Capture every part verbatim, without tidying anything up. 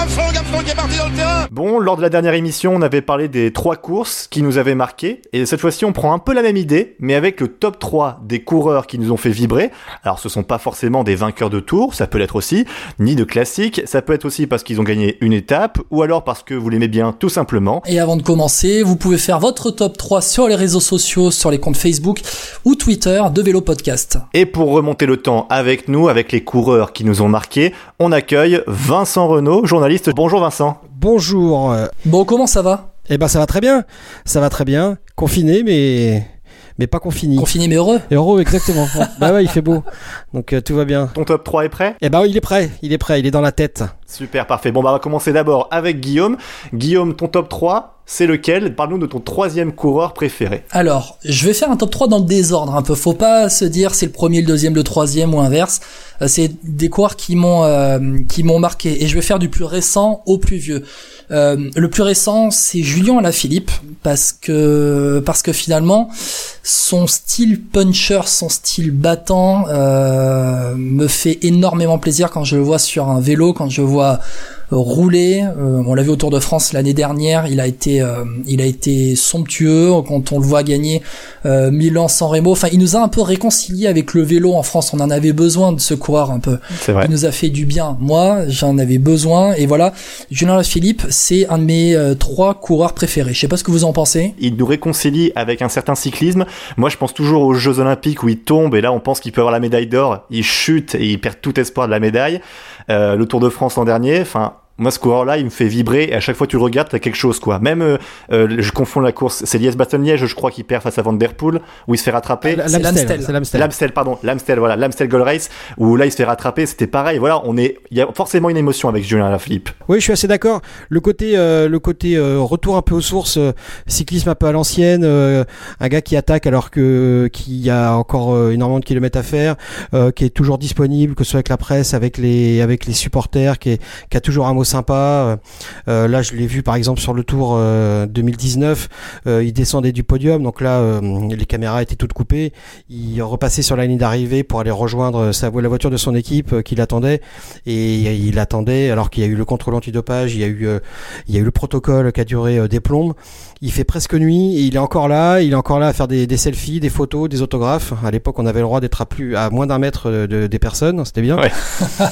Armstrong, Armstrong qui est parti dans le terrain. Bon, lors de la dernière émission, on avait parlé des trois courses qui nous avaient marqué, et cette fois-ci, on prend un peu la même idée, mais avec le top trois des coureurs qui nous ont fait vibrer. Alors, ce sont pas forcément des vainqueurs de tour, ça peut l'être aussi, ni de classiques, ça peut être aussi parce qu'ils ont gagné une étape, ou alors parce que vous l'aimez bien, tout simplement. Et avant de commencer, vous pouvez faire votre top trois sur les réseaux sociaux, sur les comptes Facebook ou Twitter de Vélo Podcast. Et pour remonter le temps avec nous, avec les coureurs qui nous ont marqués, on accueille Vincent Renaud, journaliste. Bonjour Vincent. Bonjour. Bon, comment ça va ? Eh ben ça va très bien, ça va très bien. Confiné mais mais pas confiné. Confiné mais heureux. Et heureux, exactement. Bah ouais, il fait beau, donc euh, tout va bien. Ton top trois est prêt ? Eh ben il est prêt, il est prêt, il est dans la tête. Super, parfait. Bon bah on va commencer d'abord avec Guillaume. Guillaume, ton top trois, c'est lequel ? Parle-nous de ton troisième coureur préféré. Alors, je vais faire un top trois dans le désordre un peu. Faut pas se dire c'est le premier, le deuxième, le troisième ou inverse. Euh, c'est des coureurs qui m'ont euh, qui m'ont marqué, et je vais faire du plus récent au plus vieux. Euh, le plus récent, c'est Julien Alaphilippe, parce que parce que finalement son style puncher, son style battant euh, me fait énormément plaisir quand je le vois sur un vélo, quand je vois rouler. Euh, on l'a vu au Tour de France l'année dernière, il a été euh, il a été somptueux quand on le voit gagner euh, Milan-San Remo. Enfin, il nous a un peu réconcilié avec le vélo en France. On en avait besoin de ce coureur un peu. C'est vrai. Il nous a fait du bien. Moi, j'en avais besoin, et voilà. Julien Alaphilippe, c'est un de mes euh, trois coureurs préférés. Je sais pas ce que vous en pensez. Il nous réconcilie avec un certain cyclisme. Moi, je pense toujours aux Jeux Olympiques où il tombe et là, on pense qu'il peut avoir la médaille d'or. Il chute et il perd tout espoir de la médaille. Euh, le Tour de France l'an dernier, enfin. Moi, ce coureur-là, il me fait vibrer, et à chaque fois que tu le regardes, t'as quelque chose, quoi. Même, euh, euh, je confonds la course, c'est Liège-Bastogne-Liège, je crois, qu'il perd face à Van Der Poel, où il se fait rattraper. Euh, c'est L'Amstel, c'est l'Amstel. L'Amstel, pardon, l'Amstel, voilà, l'Amstel Gold Race, où là, il se fait rattraper, c'était pareil, voilà, on est, il y a forcément une émotion avec Julien Alaphilippe. Oui, je suis assez d'accord. Le côté, euh, le côté euh, retour un peu aux sources, euh, cyclisme un peu à l'ancienne, euh, un gars qui attaque alors que qu'il y a encore euh, énormément de kilomètres à faire, euh, qui est toujours disponible, que ce soit avec la presse, avec les, avec les supporters, qui, est, qui a toujours un mot sympa. Euh, Euh, là, je l'ai vu par exemple sur le Tour euh, deux mille dix-neuf, euh, il descendait du podium, donc là euh, les caméras étaient toutes coupées, il repassait sur la ligne d'arrivée pour aller rejoindre sa, la voiture de son équipe euh, qui l'attendait, et il attendait alors qu'il y a eu le contrôle antidopage, il y a eu, euh, il y a eu le protocole qui a duré euh, des plombes. Il fait presque nuit et il est encore là, il est encore là à faire des, des selfies, des photos, des autographes. À l'époque, on avait le droit d'être à plus, à moins d'un mètre de, de, des personnes, c'était bien. Ouais.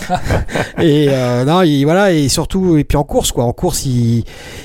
et euh, non, il, voilà, et surtout, et puis en course, quoi. En course, il,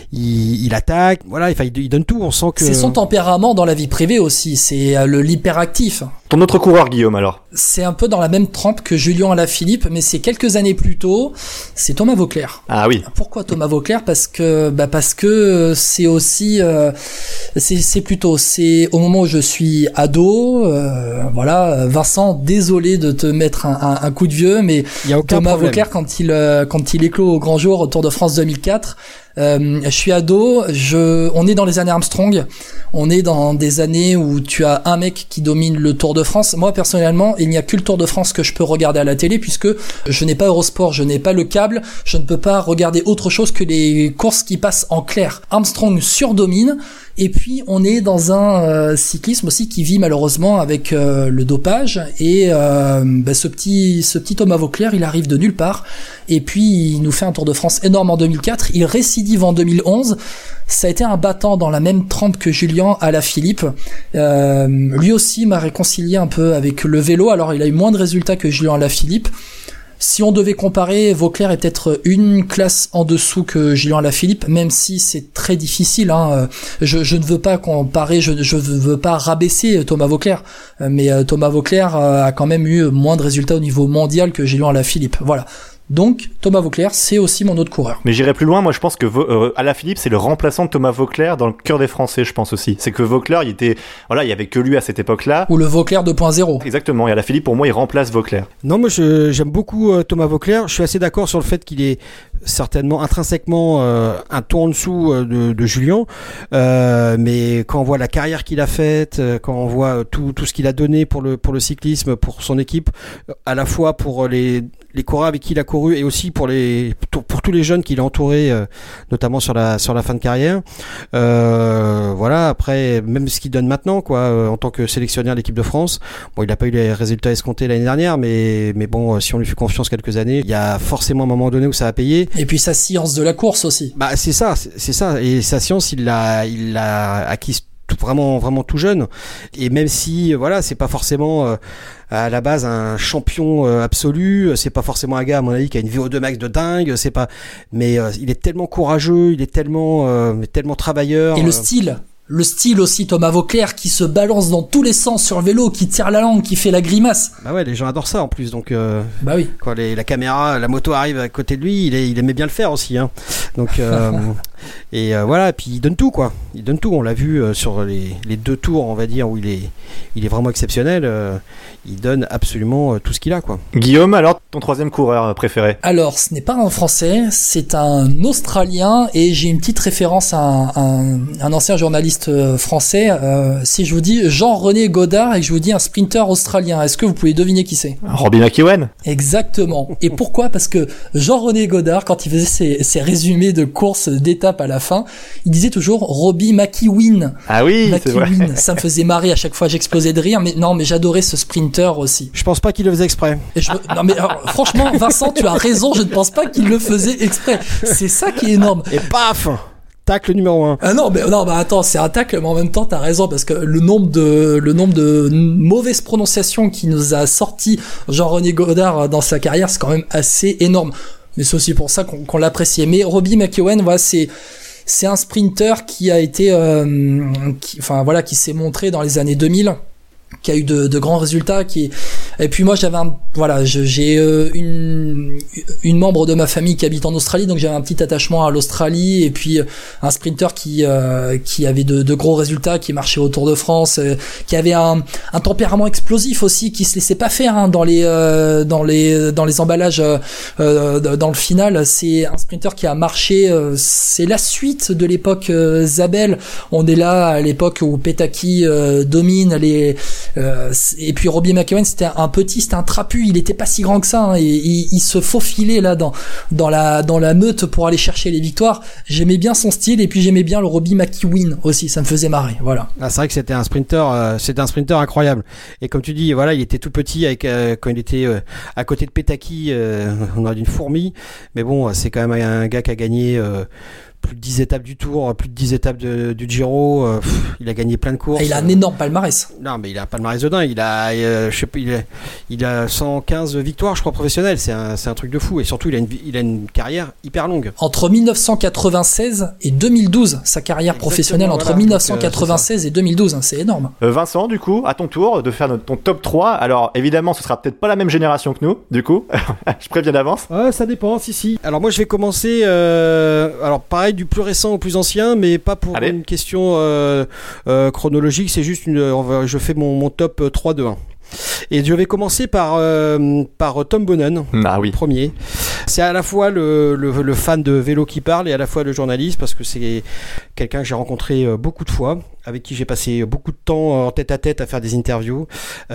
il, il attaque, voilà, il, il donne tout. On sent que C'est son tempérament dans la vie privée aussi. C'est euh, le l'hyperactif. Ton autre coureur, Guillaume, alors ? C'est un peu dans la même trempe que Julien Alaphilippe, mais c'est quelques années plus tôt. C'est Thomas Voeckler. Ah oui. Pourquoi Thomas Voeckler ? Parce que, bah parce que c'est aussi, euh, c'est, c'est plutôt, c'est au moment où je suis ado. Euh, voilà, Vincent, désolé de te mettre un, un, un coup de vieux, mais il y a aucun Thomas problème. Voeckler, quand il, euh, quand il éclot au grand jour au Tour de France deux mille quatre. Euh, je suis ado, je, on est dans les années Armstrong, on est dans des années où tu as un mec qui domine le Tour de France. Moi personnellement, il n'y a que le Tour de France que je peux regarder à la télé, puisque je n'ai pas Eurosport, je n'ai pas le câble, je ne peux pas regarder autre chose que les courses qui passent en clair. Armstrong surdomine. Et puis on est dans un euh, cyclisme aussi qui vit malheureusement avec euh, le dopage, et euh, bah, ce petit ce petit Thomas Voeckler, il arrive de nulle part, et puis il nous fait un Tour de France énorme en deux mille quatre, il récidive en deux mille onze. Ça a été un battant dans la même trempe que Julien Alaphilippe. Euh, lui aussi m'a réconcilié un peu avec le vélo. Alors il a eu moins de résultats que Julien Alaphilippe. Si on devait comparer, Voeckler est peut-être une classe en dessous que Julien Alaphilippe, même si c'est très difficile. Hein. Je, je ne veux pas comparer, je ne veux pas rabaisser Thomas Voeckler, mais Thomas Voeckler a quand même eu moins de résultats au niveau mondial que Julien Alaphilippe. Voilà. Donc Thomas Voeckler, c'est aussi mon autre coureur. Mais j'irai plus loin, moi je pense que Vo- euh, Alaphilippe, c'est le remplaçant de Thomas Voeckler dans le cœur des Français, je pense aussi. C'est que Voeckler, il était, voilà, il y avait que lui à cette époque-là. Ou le Voeckler deux point zéro. Exactement, et Alaphilippe, pour moi, il remplace Voeckler. Non, moi je, j'aime beaucoup euh, Thomas Voeckler. Je suis assez d'accord sur le fait qu'il est certainement intrinsèquement euh, un ton en dessous euh, de, de Julien, euh, mais quand on voit la carrière qu'il a faite, euh, quand on voit tout, tout ce qu'il a donné pour le, pour le cyclisme, pour son équipe, à la fois pour les les coureurs avec qui il a couru et aussi pour les pour, pour tous les jeunes qu'il a entourés, euh, notamment sur la sur la fin de carrière. Euh, voilà. Après, même ce qu'il donne maintenant, quoi, euh, en tant que sélectionneur de l'équipe de France. Bon, il n'a pas eu les résultats escomptés l'année dernière, mais mais bon, si on lui fait confiance quelques années, il y a forcément un moment donné où ça va payer. Et puis sa science de la course aussi. Bah c'est ça, c'est, c'est ça. Et sa science, il l'a, il l'a acquise tout, vraiment, vraiment tout jeune. Et même si, voilà, c'est pas forcément euh, à la base un champion euh, absolu, c'est pas forcément un gars à mon avis qui a une V O deux max de dingue, c'est pas. Mais euh, il est tellement courageux, il est tellement, euh, tellement travailleur. Et le euh... style. Le style aussi, Thomas Vauclair qui se balance dans tous les sens sur le vélo, qui tire la langue, qui fait la grimace. Bah ouais, les gens adorent ça en plus, donc euh, bah oui. Quand les, la caméra, la moto arrive à côté de lui, il, est, il aimait bien le faire aussi, hein. Donc euh, et euh, voilà, et puis il donne tout quoi, il donne tout. On l'a vu euh, sur les, les deux tours, on va dire, où il est, il est vraiment exceptionnel. Euh, il donne absolument euh, tout ce qu'il a quoi. Guillaume, alors ton troisième coureur préféré? Alors, ce n'est pas un Français, c'est un Australien, et j'ai une petite référence à un, un, un ancien journaliste français. Euh, si je vous dis Jean-René Godard et que je vous dis un sprinter australien, est-ce que vous pouvez deviner qui c'est? Robbie McEwen. Exactement. Et pourquoi? Parce que Jean-René Godard, quand il faisait ses, ses résumés de courses d'étapes à la fin, il disait toujours Robbie McEwen. Ah oui, c'est vrai. Ça me faisait marrer à chaque fois, j'explosais de rire, mais non, mais j'adorais ce sprinter aussi. Je pense pas qu'il le faisait exprès. Et je, non mais alors, franchement, Vincent, tu as raison, je ne pense pas qu'il le faisait exprès. C'est ça qui est énorme. Et paf! Tacle numéro un. Ah non, mais non, bah attends, c'est un tacle, mais en même temps, t'as raison, parce que le nombre de, le nombre de mauvaises prononciations qui nous a sorti Jean-René Godard dans sa carrière, c'est quand même assez énorme. Mais c'est aussi pour ça qu'on, qu'on l'appréciait. Mais Robbie McEwen, voilà, c'est, c'est un sprinter qui a été, euh, qui, enfin voilà, qui s'est montré dans les années deux mille, qui a eu de, de grands résultats, qui et puis moi j'avais un, voilà je, j'ai euh, une une membre de ma famille qui habite en Australie, donc j'avais un petit attachement à l'Australie, et puis euh, un sprinter qui euh, qui avait de, de gros résultats, qui marchait au Tour de France, euh, qui avait un un tempérament explosif aussi, qui se laissait pas faire hein, dans les euh, dans les dans les emballages euh, euh, dans le final. C'est un sprinter qui a marché, euh, c'est la suite de l'époque euh, Zabel. On est là à l'époque où Petaki euh, domine les Euh, et puis Robbie McEwen, c'était un petit, c'était un trapu, il était pas si grand que ça, hein, et il, il se faufilait là dans dans la dans la meute pour aller chercher les victoires. J'aimais bien son style, et puis j'aimais bien le Robbie McEwen aussi, ça me faisait marrer. Voilà. Ah, c'est vrai que c'était un sprinter, euh, c'était un sprinter incroyable. Et comme tu dis, voilà, il était tout petit avec euh, quand il était euh, à côté de Petaki, euh, on aurait d'une fourmi. Mais bon, c'est quand même un gars qui a gagné. Euh, plus de dix étapes du Tour, plus de dix étapes de, du Giro, euh, pff, il a gagné plein de courses. Et il a un énorme palmarès. Non, mais il a un palmarès de dingue. Il a, euh, je sais pas, il a, il a cent quinze victoires, je crois, professionnelles. C'est un, c'est un truc de fou. Et surtout, il a une, il a une carrière hyper longue. Entre dix-neuf cent quatre-vingt-seize et deux mille douze, sa carrière Exactement, professionnelle entre voilà. dix-neuf cent quatre-vingt-seize euh, et deux mille douze, hein, c'est énorme. Euh, Vincent, du coup, à ton tour de faire notre, ton top trois. Alors, évidemment, ce sera peut-être pas la même génération que nous, du coup. Je préviens d'avance. Ouais, ça dépend, si, si. Alors, moi, je vais commencer, euh, alors, pareil, du plus récent au plus ancien, mais pas pour Allez. une question euh, euh, chronologique, c'est juste une, on va, je fais mon, mon top trois deux un. Et je vais commencer par, euh, par Tom Boonen, ah oui. premier. C'est à la fois le, le, le fan de vélo qui parle et à la fois le journaliste, parce que c'est quelqu'un que j'ai rencontré beaucoup de fois, avec qui j'ai passé beaucoup de temps en tête à tête à faire des interviews.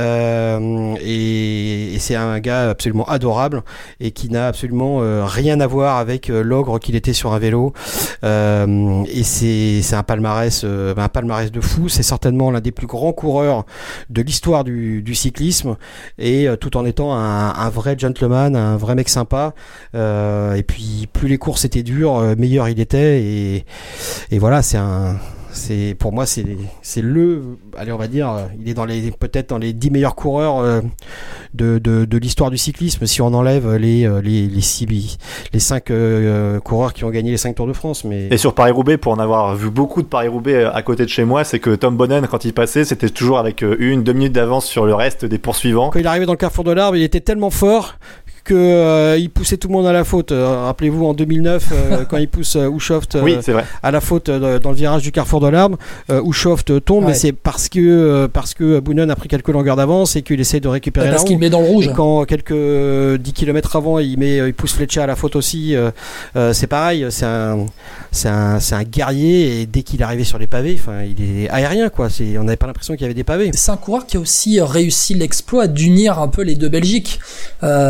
Euh, et, et c'est un gars absolument adorable et qui n'a absolument euh, rien à voir avec euh, l'ogre qu'il était sur un vélo. Euh, et c'est, c'est un palmarès, euh, un palmarès de fou. C'est certainement l'un des plus grands coureurs de l'histoire du, du cyclisme, et euh, tout en étant un, un vrai gentleman, un vrai mec sympa. Euh, et puis plus les courses étaient dures, meilleur il était. Et, et voilà, c'est un... C'est, pour moi, c'est, c'est le, allez, on va dire, il est dans les, peut-être dans les dix meilleurs coureurs euh, de, de, de l'histoire du cyclisme, si on enlève les, les, les six, les cinq euh, coureurs qui ont gagné les cinq Tours de France. Mais... Et sur Paris-Roubaix, pour en avoir vu beaucoup de Paris-Roubaix à côté de chez moi, c'est que Tom Boonen, quand il passait, c'était toujours avec une, deux minutes d'avance sur le reste des poursuivants. Quand il arrivait dans le carrefour de l'Arbre, il était tellement fort que euh, il poussait tout le monde à la faute. Euh, rappelez-vous en deux mille neuf euh, quand il pousse euh, Ushoft euh, oui, c'est vrai. à la faute euh, dans le virage du carrefour de l'Arbre, euh, Ushoft tombe, ouais. Mais c'est parce que euh, parce que Boonen a pris quelques longueurs d'avance et qu'il essaie de récupérer ouais, la parce qu'il met dans le rouge. Et quand quelques dix kilomètres avant, il met il pousse Fletcher à la faute aussi. Euh, euh, c'est pareil, c'est un c'est un c'est un guerrier, et dès qu'il est arrivé sur les pavés, enfin il est aérien quoi. C'est, on n'avait pas l'impression qu'il y avait des pavés. C'est un coureur qui a aussi réussi l'exploit d'unir un peu les deux Belgiques. Euh,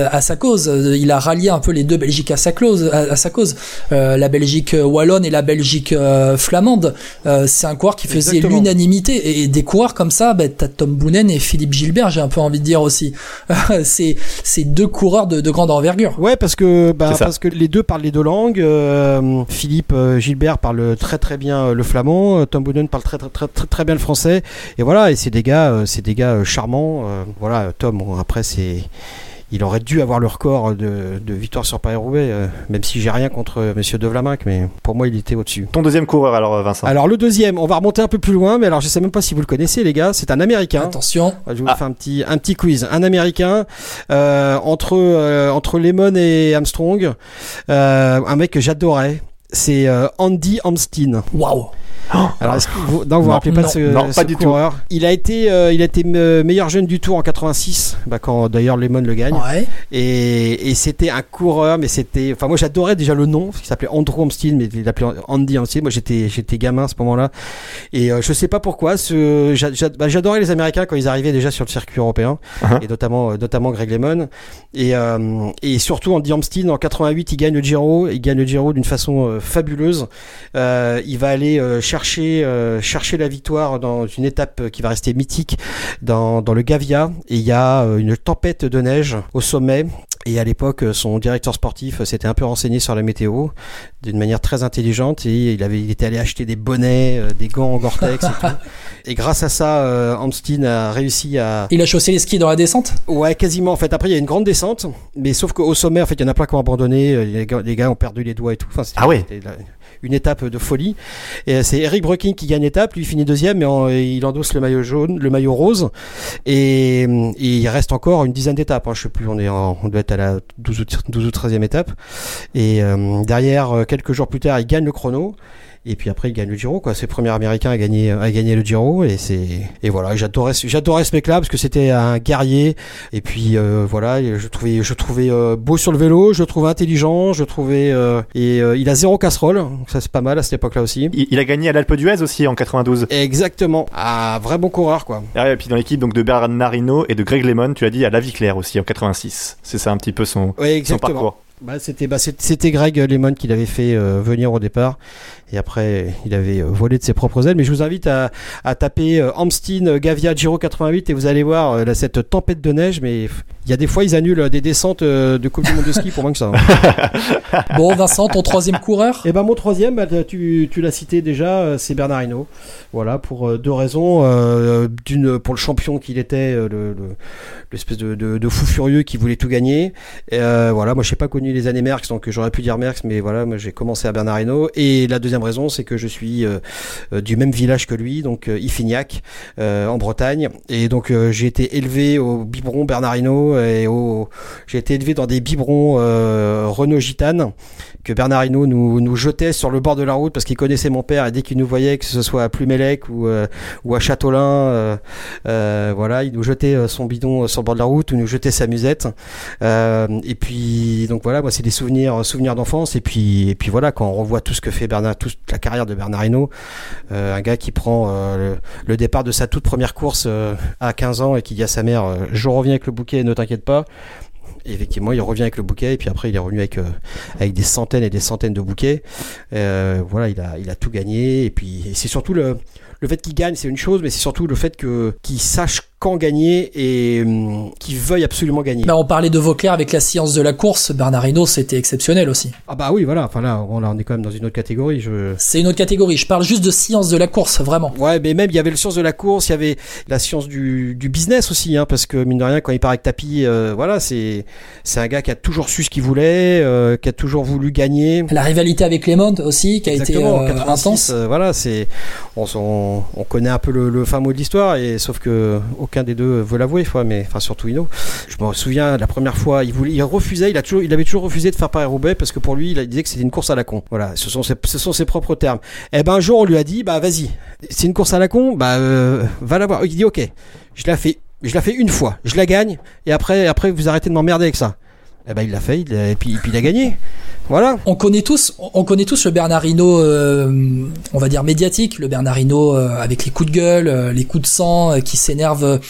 à sa cause. Il a rallié un peu les deux Belgiques à sa cause, à, à sa cause. Euh, la Belgique wallonne et la Belgique euh, flamande. Euh, c'est un coureur qui faisait Exactement. l'unanimité. Et, et des coureurs comme ça, bah, t'as Tom Boonen et Philippe Gilbert, j'ai un peu envie de dire aussi. c'est, c'est deux coureurs de, de grande envergure. Ouais, parce que, bah, parce que les deux parlent les deux langues. Euh, Philippe euh, Gilbert parle très très bien le flamand. Tom Boonen parle très très très très, très bien le français. Et voilà, et c'est des gars, euh, c'est des gars euh, charmants. Euh, voilà, Tom. Bon, après, c'est, il aurait dû avoir le record de, de victoire sur Paris-Roubaix, euh, même si j'ai rien contre euh, Monsieur De Vlaminck, mais pour moi, il était au-dessus. Ton deuxième coureur, alors, Vincent. Alors, le deuxième, on va remonter un peu plus loin, mais alors, je sais même pas si vous le connaissez, les gars. C'est un Américain. Attention. Je vais vous ah. faire un petit, un petit quiz. Un Américain euh, entre euh, entre Lemon et Armstrong, euh, un mec que j'adorais. C'est euh, Andy Amsteen. Waouh. Alors, est-ce que vous, non, vous vous rappelez pas non, de ce, non, ce pas du coureur tout. Il a été, euh, il a été meilleur jeune du Tour en quatre-vingt-six, bah, quand d'ailleurs Lemon le gagne. Ouais. Et, et c'était un coureur, mais c'était, enfin moi j'adorais déjà le nom, parce qu'il s'appelait Andrew Amsteen, mais il l'appelait Andy Amsteen. Moi j'étais, j'étais gamin à ce moment-là, et euh, je sais pas pourquoi. Ce, j'a, j'a, bah, j'adorais les Américains quand ils arrivaient déjà sur le circuit européen, uh-huh. et notamment, euh, notamment Greg Lemon, et euh, et surtout Andy Amsteen en quatre-vingt-huit, il gagne le Giro, il gagne le Giro d'une façon euh, fabuleuse. Euh, il va aller euh, chercher euh, chercher la victoire dans une étape qui va rester mythique dans, dans le Gavia, et il y a une tempête de neige au sommet. Et à l'époque, son directeur sportif s'était un peu renseigné sur la météo d'une manière très intelligente, et il avait, il était allé acheter des bonnets, euh, des gants en Gore-Tex et tout. Et grâce à ça, euh, Amsteen a réussi à... Il a chaussé les skis dans la descente ? Ouais, quasiment. En fait, après, il y a une grande descente, mais sauf qu'au sommet, en fait, il y en a plein qui ont abandonné. Les gars, les gars ont perdu les doigts et tout. Enfin, c'était, ah ouais. C'était une étape de folie. Et c'est Eric Breking qui gagne l'étape. Lui, il finit deuxième, mais en, il endosse le maillot jaune, le maillot rose. Et, et il reste encore une dizaine d'étapes. Hein. Je sais plus, on est en, on doit être à la douze ou treizième étape. Et euh, derrière, quelques jours plus tard, il gagne le chrono. Et puis après, il gagne le Giro, quoi. C'est le premier Américain à gagner, à gagner le Giro, et c'est, et voilà. J'adorais, j'adorais ce mec-là parce que c'était un guerrier. Et puis euh, voilà, je trouvais, je trouvais euh, beau sur le vélo, je le trouvais intelligent, je trouvais euh, et euh, il a zéro casserole. Donc ça c'est pas mal à cette époque-là aussi. Il, il a gagné à l'Alpe d'Huez aussi en quatre-vingt-douze. Exactement. Ah, vrai bon coureur, quoi. Et puis dans l'équipe donc de Bernard Hinault et de Greg Lemon, tu as dit à La Viclaire aussi en quatre-vingt-six. C'est ça un petit peu son, ouais, son parcours. Bah, c'était, bah, c'était Greg Lemon qui l'avait fait euh, venir au départ, et après il avait euh, volé de ses propres ailes. Mais je vous invite à, à taper euh, Amsteen Gavia Giro quatre-vingt-huit, et vous allez voir euh, là, cette tempête de neige. Mais il y a des fois ils annulent des descentes euh, de Coupe du Monde de ski pour moins que ça. Hein. Bon, Vincent, ton troisième coureur ? Et ben mon troisième, bah, tu, tu l'as cité déjà, euh, c'est Bernard Hinault. Voilà, pour euh, deux raisons. Euh, d'une, pour le champion qu'il était, euh, le, le, l'espèce de, de, de fou furieux qui voulait tout gagner. Et, euh, voilà, moi je sais pas connu les années Merckx, donc j'aurais pu dire Merckx, mais voilà, moi j'ai commencé à Bernard Hinault. Et la deuxième raison, c'est que je suis euh, euh, du même village que lui, donc euh, Iffignac, euh, en Bretagne. Et donc euh, j'ai été élevé au biberon Bernard Hinault, et au, j'ai été élevé dans des biberons euh, Renault Gitane que Bernard Hinault nous, nous jetait sur le bord de la route parce qu'il connaissait mon père, et dès qu'il nous voyait, que ce soit à Plumélec ou, euh, ou à Châteaulin, euh, euh, voilà, il nous jetait son bidon sur le bord de la route, ou nous jetait sa musette. Euh, et puis donc voilà, moi c'est des souvenirs, souvenirs d'enfance. Et puis et puis voilà, quand on revoit tout ce que fait Bernard, toute la carrière de Bernard Hinault, euh, un gars qui prend euh, le, le départ de sa toute première course euh, à quinze ans, et qui dit à sa mère euh, je reviens avec le bouquet, ne t'inquiète pas. Et effectivement, il revient avec le bouquet, et puis après il est revenu avec euh, avec des centaines et des centaines de bouquets. Euh, voilà, il a il a tout gagné. Et puis et c'est surtout le le fait qu'il gagne, c'est une chose, mais c'est surtout le fait que qu'il sache quand gagner, et hum, qu'il veuille absolument gagner. Bah, on parlait de Vauclair avec la science de la course. Bernard Hinault, c'était exceptionnel aussi. Ah bah oui, voilà. Enfin là, on, là, on est quand même dans une autre catégorie. Je... C'est une autre catégorie. Je parle juste de science de la course, vraiment. Ouais, mais même il y avait le science de la course, il y avait la science du, du business aussi, hein, parce que mine de rien, quand il part avec Tapi, euh, voilà, c'est c'est un gars qui a toujours su ce qu'il voulait, euh, qui a toujours voulu gagner. La rivalité avec Lemon aussi, qui a Exactement, été euh, intense. Euh, voilà, c'est on, on, on connaît un peu le, le fin mot de l'histoire, et sauf que aucun des deux veut l'avouer, fois, mais enfin surtout Hinault. Je me souviens la première fois, il voulait, il refusait, il a toujours, il avait toujours refusé de faire Paris-Roubaix parce que pour lui, il disait que c'était une course à la con. Voilà, ce sont ses, ce sont ses propres termes. Et ben un jour, on lui a dit, bah vas-y, c'est une course à la con, bah euh, va la voir. Il dit ok, je la fais, je la fais une fois, je la gagne, et après, après vous arrêtez de m'emmerder avec ça. Et ben il l'a fait, il a, et puis, et puis il a gagné. Voilà. On connaît tous, on connaît tous le Bernard Hinault, euh, on va dire médiatique, le Bernard Hinault euh, avec les coups de gueule, euh, les coups de sang, euh, qui s'énerve. Euh,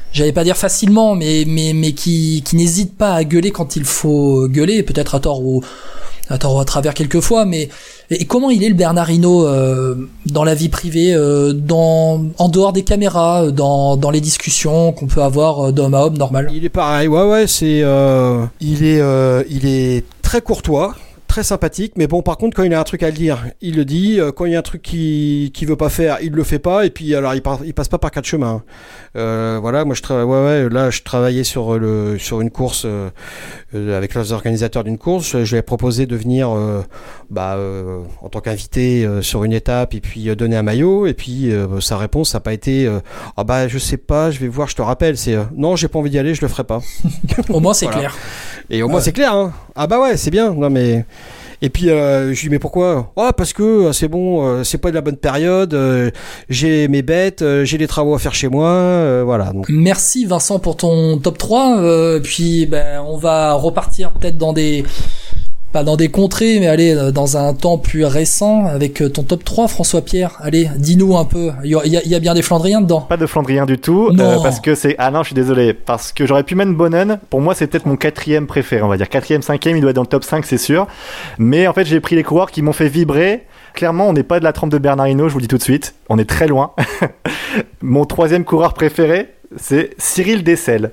j'allais pas dire facilement, mais mais mais qui qui n'hésite pas à gueuler quand il faut gueuler, peut-être à tort ou à tort ou à travers quelquefois, mais et comment il est le Bernard Hinault euh, dans la vie privée, euh, dans en dehors des caméras, dans dans les discussions qu'on peut avoir d'homme à homme normal. Il est pareil, ouais ouais, c'est euh, il est euh, il est très courtois. Très sympathique, mais bon, par contre, quand il a un truc à le dire, il le dit. Quand il y a un truc qu'il qui veut pas faire, il le fait pas. Et puis, alors, il, par, il passe pas par quatre chemins. Euh, voilà, moi, je travaille. Ouais, ouais. Là, je travaillais sur le sur une course euh, avec les organisateurs d'une course. Je lui ai proposé de venir, euh, bah, euh, en tant qu'invité euh, sur une étape, et puis euh, donner un maillot. Et puis, euh, sa réponse, ça n'a pas été, euh, ah bah, je sais pas, je vais voir, je te rappelle. C'est, euh, non, j'ai pas envie d'y aller, je le ferai pas. Au moins, c'est voilà. clair. Et au moins, ouais. c'est clair. Hein. Ah bah ouais, c'est bien. Non mais. Et puis euh, je lui dis mais pourquoi ? Oh parce que c'est bon, euh, c'est pas de la bonne période, euh, j'ai mes bêtes, euh, j'ai des travaux à faire chez moi, euh, voilà. Donc. Merci Vincent pour ton top trois, euh, puis ben on va repartir peut-être dans des pas dans des contrées, mais allez dans un temps plus récent avec ton top trois, François-Pierre. Allez, dis-nous un peu. Il y a, il y a bien des Flandriens dedans. Pas de Flandriens du tout, euh, parce que c'est ah non, je suis désolé, parce que j'aurais pu mettre Bonnen. Pour moi, c'est peut-être mon quatrième préféré, on va dire quatrième, cinquième. Il doit être dans le top cinq, c'est sûr. Mais en fait, j'ai pris les coureurs qui m'ont fait vibrer. Clairement, on n'est pas de la trempe de Bernard Hinault, je vous le dis tout de suite. On est très loin. Mon troisième coureur préféré, c'est Cyril Dessel.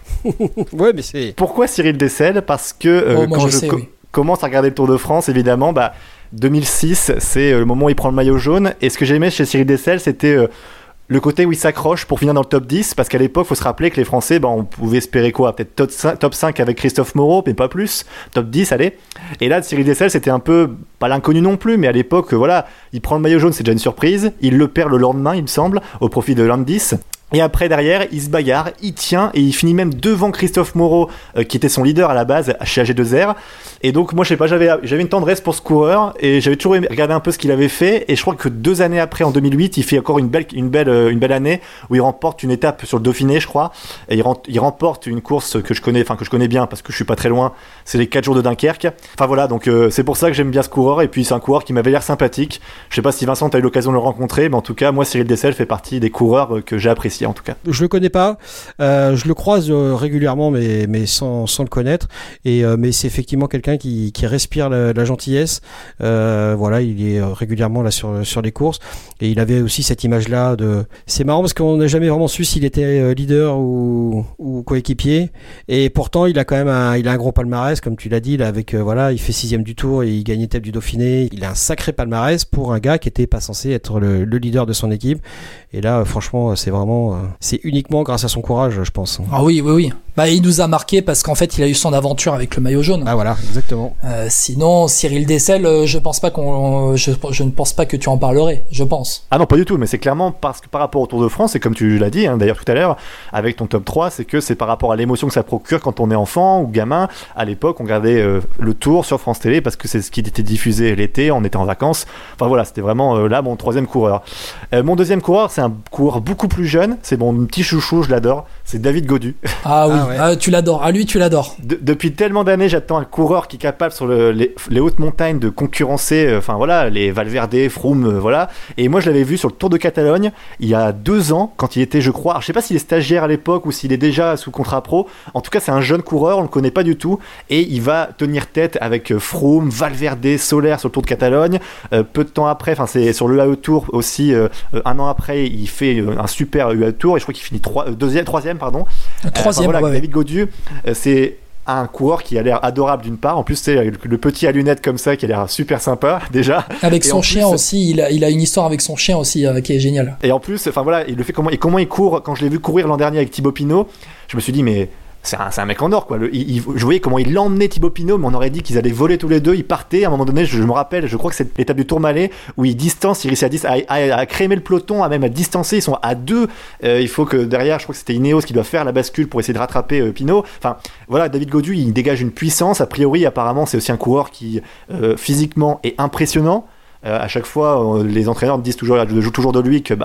Ouais, mais c'est. Pourquoi Cyril Dessel ? Parce que euh, oh, moi quand je, je sais, co- oui. commence à regarder le Tour de France, évidemment, bah, deux mille six, c'est le moment où il prend le maillot jaune. Et ce que j'aimais chez Cyril Dessel, c'était euh, le côté où il s'accroche pour finir dans le top dix. Parce qu'à l'époque, il faut se rappeler que les Français, bah, on pouvait espérer quoi ? Peut-être top cinq, top cinq avec Christophe Moreau, mais pas plus. Top dix, allez. Et là, Cyril Dessel, c'était un peu, pas l'inconnu non plus, mais à l'époque, voilà, il prend le maillot jaune, c'est déjà une surprise. Il le perd le lendemain, il me semble, au profit de Landis. Et après, derrière, il se bagarre, il tient, et il finit même devant Christophe Moreau, euh, qui était son leader à la base, chez A G deux R. Et donc, moi, je sais pas, j'avais, j'avais une tendresse pour ce coureur, et j'avais toujours regardé un peu ce qu'il avait fait, et je crois que deux années après, en deux mille huit, il fait encore une belle, une belle, une belle année, où il remporte une étape sur le Dauphiné, je crois, et il, rem, il remporte une course que je connais, enfin, que je connais bien, parce que je suis pas très loin, c'est les quatre jours de Dunkerque. Enfin, voilà, donc, euh, c'est pour ça que j'aime bien ce coureur, et puis c'est un coureur qui m'avait l'air sympathique. Je sais pas si Vincent, t'as eu l'occasion de le rencontrer, mais en tout cas, moi, Cyril Dessel fait partie des coureurs que j'ai appréciés, en tout cas. Je le connais pas, euh, je le croise euh, régulièrement, mais mais sans sans le connaître. Et euh, mais c'est effectivement quelqu'un qui qui respire la, la gentillesse. Euh, voilà, il est régulièrement là sur sur les courses. Et il avait aussi cette image-là de. C'est marrant parce qu'on n'a jamais vraiment su s'il était leader ou ou coéquipier. Et pourtant, il a quand même un il a un gros palmarès, comme tu l'as dit là, avec euh, voilà, il fait sixième du Tour et il gagne l'étape du Dauphiné. Il a un sacré palmarès pour un gars qui était pas censé être le, le leader de son équipe. Et là, franchement, c'est vraiment, c'est uniquement grâce à son courage, je pense. Ah oui, oui, oui. Bah, il nous a marqué parce qu'en fait, il a eu son aventure avec le maillot jaune. Ah voilà, exactement. Euh, sinon, Cyril Dessel, je pense pas qu'on, je, je ne pense pas que tu en parlerais, je pense. Ah non, pas du tout, mais c'est clairement parce que par rapport au Tour de France, et comme tu l'as dit, hein, d'ailleurs tout à l'heure, avec ton top trois, c'est que c'est par rapport à l'émotion que ça procure quand on est enfant ou gamin. À l'époque, on regardait euh, le Tour sur France Télé parce que c'est ce qui était diffusé l'été, on était en vacances. Enfin voilà, c'était vraiment euh, là mon troisième coureur. Euh, mon deuxième coureur, c'est un coureur beaucoup plus jeune, c'est mon petit chouchou, je l'adore, c'est David Gaudu. Ah oui, ah ouais. ah, tu l'adores, ah lui tu l'adores. De, depuis tellement d'années, j'attends un coureur qui est capable sur le, les, les hautes montagnes de concurrencer, enfin euh, voilà, les Valverde, Froome, euh, voilà. Et moi je l'avais vu sur le Tour de Catalogne il y a deux ans, quand il était, je crois, alors, je sais pas s'il est stagiaire à l'époque ou s'il est déjà sous contrat pro. En tout cas, c'est un jeune coureur, on le connaît pas du tout, et il va tenir tête avec Froome, Valverde, Soler sur le Tour de Catalogne. Euh, peu de temps après, enfin c'est sur le U A E Tour aussi, euh, un an après, il fait un super U A E Tour et je crois qu'il finit trois, deuxième, troisième, pardon. Troisième, euh, enfin, voilà, ouais, David Gaudu, euh, c'est un coureur qui a l'air adorable d'une part, en plus c'est le, le petit à lunettes comme ça qui a l'air super sympa déjà. Avec et son chien plus, aussi, il a, il a une histoire avec son chien aussi euh, qui est géniale. Et en plus, enfin voilà, il le fait comment, et comment il court. Quand je l'ai vu courir l'an dernier avec Thibaut Pinot, je me suis dit mais c'est un, c'est un mec en or quoi. Le, il, il, je voyais comment il l'emmenait Thibaut Pinot, mais on aurait dit qu'ils allaient voler tous les deux. Ils partaient à un moment donné. Je, je me rappelle, je crois que c'est l'étape du Tourmalet où il distance, il réussit à, dis, à, à, à crémer le peloton, à même à distancer. Ils sont à deux. Euh, il faut que derrière, je crois que c'était Ineos qui doit faire la bascule pour essayer de rattraper euh, Pinot. Enfin voilà, David Gaudu, il dégage une puissance. A priori, apparemment, c'est aussi un coureur qui euh, physiquement est impressionnant. Euh, à chaque fois, euh, les entraîneurs me disent toujours, je joue toujours de lui que bah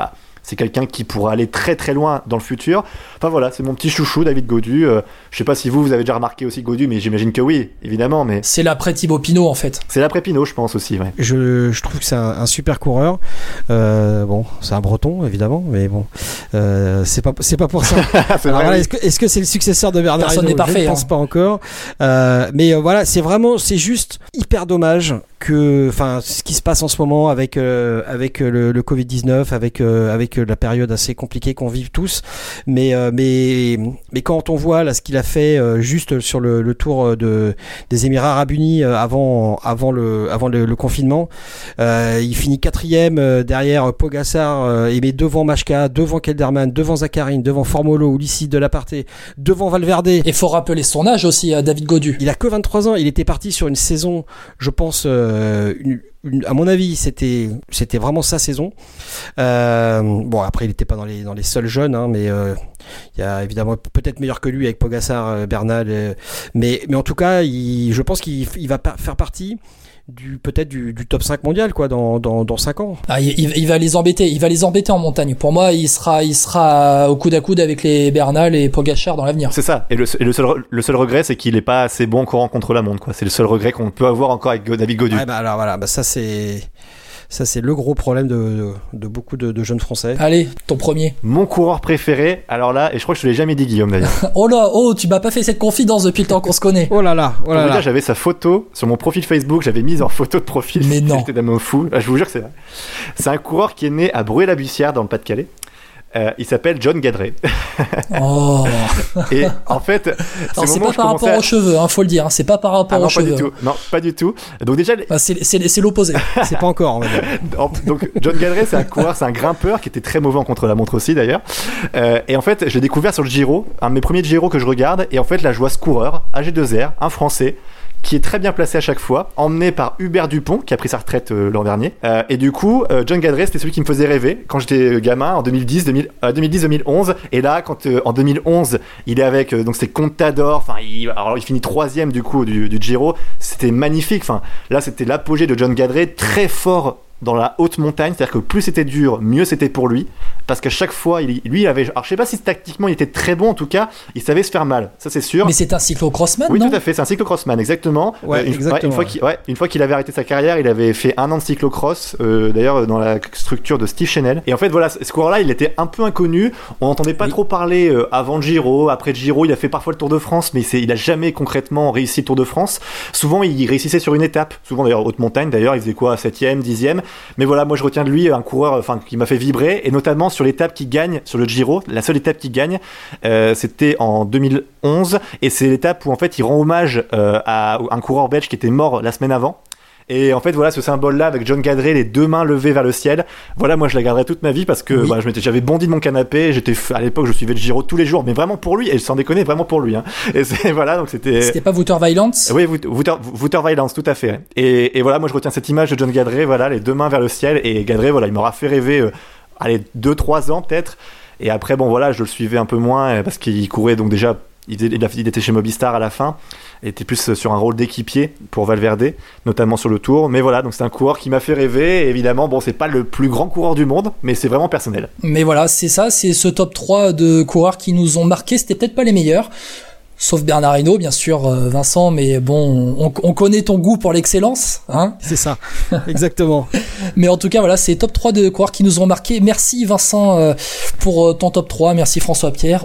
C'est quelqu'un qui pourra aller très très loin dans le futur. Enfin voilà, c'est mon petit chouchou, David Gaudu. Euh, je sais pas si vous, vous avez déjà remarqué aussi Gaudu, mais j'imagine que oui, évidemment. Mais c'est l'après Thibaut Pinot en fait. C'est l'après Pinot, je pense aussi. Ouais. Je, je trouve que c'est un, un super coureur. Euh, bon, c'est un Breton évidemment, mais bon, euh, c'est pas c'est pas pour ça. c'est Alors, vrai, voilà, oui. est-ce que est-ce que c'est le successeur de Bernard Personne Hinault ? n'est parfait, Je ne pense hein. pas encore. Euh, mais euh, voilà, c'est vraiment, c'est juste hyper dommage que, enfin, ce qui se passe en ce moment avec euh, avec le, le covid dix-neuf, avec euh, avec la période assez compliquée qu'on vit tous. Mais euh, mais mais quand on voit là ce qu'il a fait euh, juste sur le, le tour de des Émirats Arabes Unis euh, avant avant le avant le, le confinement, euh, il finit quatrième euh, derrière Pogačar euh, et met devant Majka, devant Kelderman, devant Zakharine, devant Formolo, Ulissi Delaparté, devant Valverde. Et faut rappeler son âge aussi à David Gaudu. Il a que vingt-trois ans, il était parti sur une saison, je pense, euh, une, une, à mon avis, c'était c'était vraiment sa saison. Euh, bon, après, il n'était pas dans les dans les seuls jeunes, hein, mais euh, il y a évidemment peut-être meilleur que lui avec Pogačar, euh, Bernal, euh, mais mais en tout cas, il, je pense qu'il il va pa- faire partie du peut-être du, du top cinq mondial quoi dans dans dans cinq ans. Ah, il, il va les embêter, il va les embêter en montagne. Pour moi, il sera il sera au coude à coude avec les Bernal et Pogačar dans l'avenir. C'est ça. Et le, et le seul le seul regret, c'est qu'il est pas assez bon en courant contre la montre, quoi. C'est le seul regret qu'on peut avoir encore avec David Gaudu. Ouais, bah alors voilà, bah ça c'est ça c'est le gros problème de de, de beaucoup de, de jeunes Français. Allez, ton premier. Mon coureur préféré, alors là, et je crois que je te l'ai jamais dit, Guillaume, d'ailleurs. Oh là, oh, tu m'as pas fait cette confidence depuis le temps qu'on se connaît. Oh là là, oh Pour là vous là. dire, j'avais sa photo sur mon profil Facebook, j'avais mise en photo de profil. Mais non. J'étais tellement fou. Ah, je vous jure que c'est vrai. C'est un coureur qui est né à Bruay-la-Bussière, dans le Pas-de-Calais. Euh, il s'appelle John Gadret. Oh. Et en fait, c'est, Alors, c'est pas par rapport à... aux cheveux, hein, faut le dire. Hein, c'est pas par rapport ah, non, aux pas cheveux. du tout. Non, pas du tout. Donc déjà, Bah, c'est, c'est, c'est l'opposé. C'est pas encore, on va dire. donc John Gadret, c'est un coureur, c'est un grimpeur qui était très mauvais en contre-la-montre aussi d'ailleurs. Euh, et en fait, je l'ai découvert sur le Giro, un de mes premiers Giro que je regarde. Et en fait, là, je vois ce coureur, A G deux R, un Français, qui est très bien placé à chaque fois, emmené par Hubert Dupont, qui a pris sa retraite euh, l'an dernier. Euh, et du coup, euh, John Gadret, c'était celui qui me faisait rêver quand j'étais gamin, en deux mille dix, deux mille, euh, deux mille dix deux mille onze. Et là, quand euh, en deux mille onze, il est avec, euh, donc c'est Contador, enfin, il, alors il finit troisième du coup du, du Giro. C'était magnifique. Enfin, là, c'était l'apogée de John Gadret, très fort dans la haute montagne, c'est-à-dire que plus c'était dur, mieux c'était pour lui, parce qu'à chaque fois, il, lui, il avait, alors je sais pas si tactiquement il était très bon, en tout cas, il savait se faire mal, ça c'est sûr. Mais c'est un cyclocrossman, Oui, non ? tout à fait, c'est un cyclocrossman, exactement. Ouais, Euh, une, exactement, ouais, une fois ouais. qu'il, ouais, une fois qu'il avait arrêté sa carrière, il avait fait un an de cyclocross, euh, d'ailleurs dans la structure de Steve Chenel. Et en fait, voilà, ce coureur-là, il était un peu inconnu, on n'entendait pas Oui. trop parler euh, avant le Giro, après le Giro, il a fait parfois le Tour de France, mais c'est, il a jamais concrètement réussi le Tour de France. Souvent, il réussissait sur une étape, souvent d'ailleurs haute montagne, d'ailleurs, il faisait quoi, septième, dixième. Mais voilà, moi je retiens de lui un coureur, enfin, qui m'a fait vibrer, et notamment sur l'étape qui gagne sur le Giro, la seule étape qui gagne, euh, c'était en deux mille onze, et c'est l'étape où en fait il rend hommage euh, à un coureur belge qui était mort la semaine avant. Et en fait, voilà, ce symbole-là avec John Gadret, les deux mains levées vers le ciel. Voilà, moi, je la garderai toute ma vie parce que Oui. bah, je m'étais, j'avais bondi de mon canapé. J'étais, à l'époque, je suivais le Giro tous les jours, mais vraiment pour lui. Et sans déconner, vraiment pour lui. Hein. Et c'est, voilà, donc c'était. C'était pas Wouter Violence ? Oui, Wouter, Wouter Violence, tout à fait. Et, et voilà, moi, je retiens cette image de John Gadret, voilà, les deux mains vers le ciel. Et Gadret, voilà, il m'aura fait rêver, euh, allez, deux, trois ans peut-être. Et après, bon, voilà, je le suivais un peu moins euh, parce qu'il courait donc déjà. Il, il, a, il était chez Movistar à la fin, il était plus sur un rôle d'équipier pour Valverde, notamment sur le Tour. Mais voilà, donc c'est un coureur qui m'a fait rêver. Et évidemment, bon, c'est pas le plus grand coureur du monde, mais c'est vraiment personnel. Mais voilà, c'est ça, c'est ce top trois de coureurs qui nous ont marqué. C'était peut-être pas les meilleurs. Sauf Bernard Hinault, bien sûr, euh, Vincent, mais bon, on, on connaît ton goût pour l'excellence, hein. C'est ça, exactement. Mais en tout cas, voilà, c'est top trois de coureurs qui nous ont marqué. Merci Vincent euh, pour ton top trois, merci François Pierre.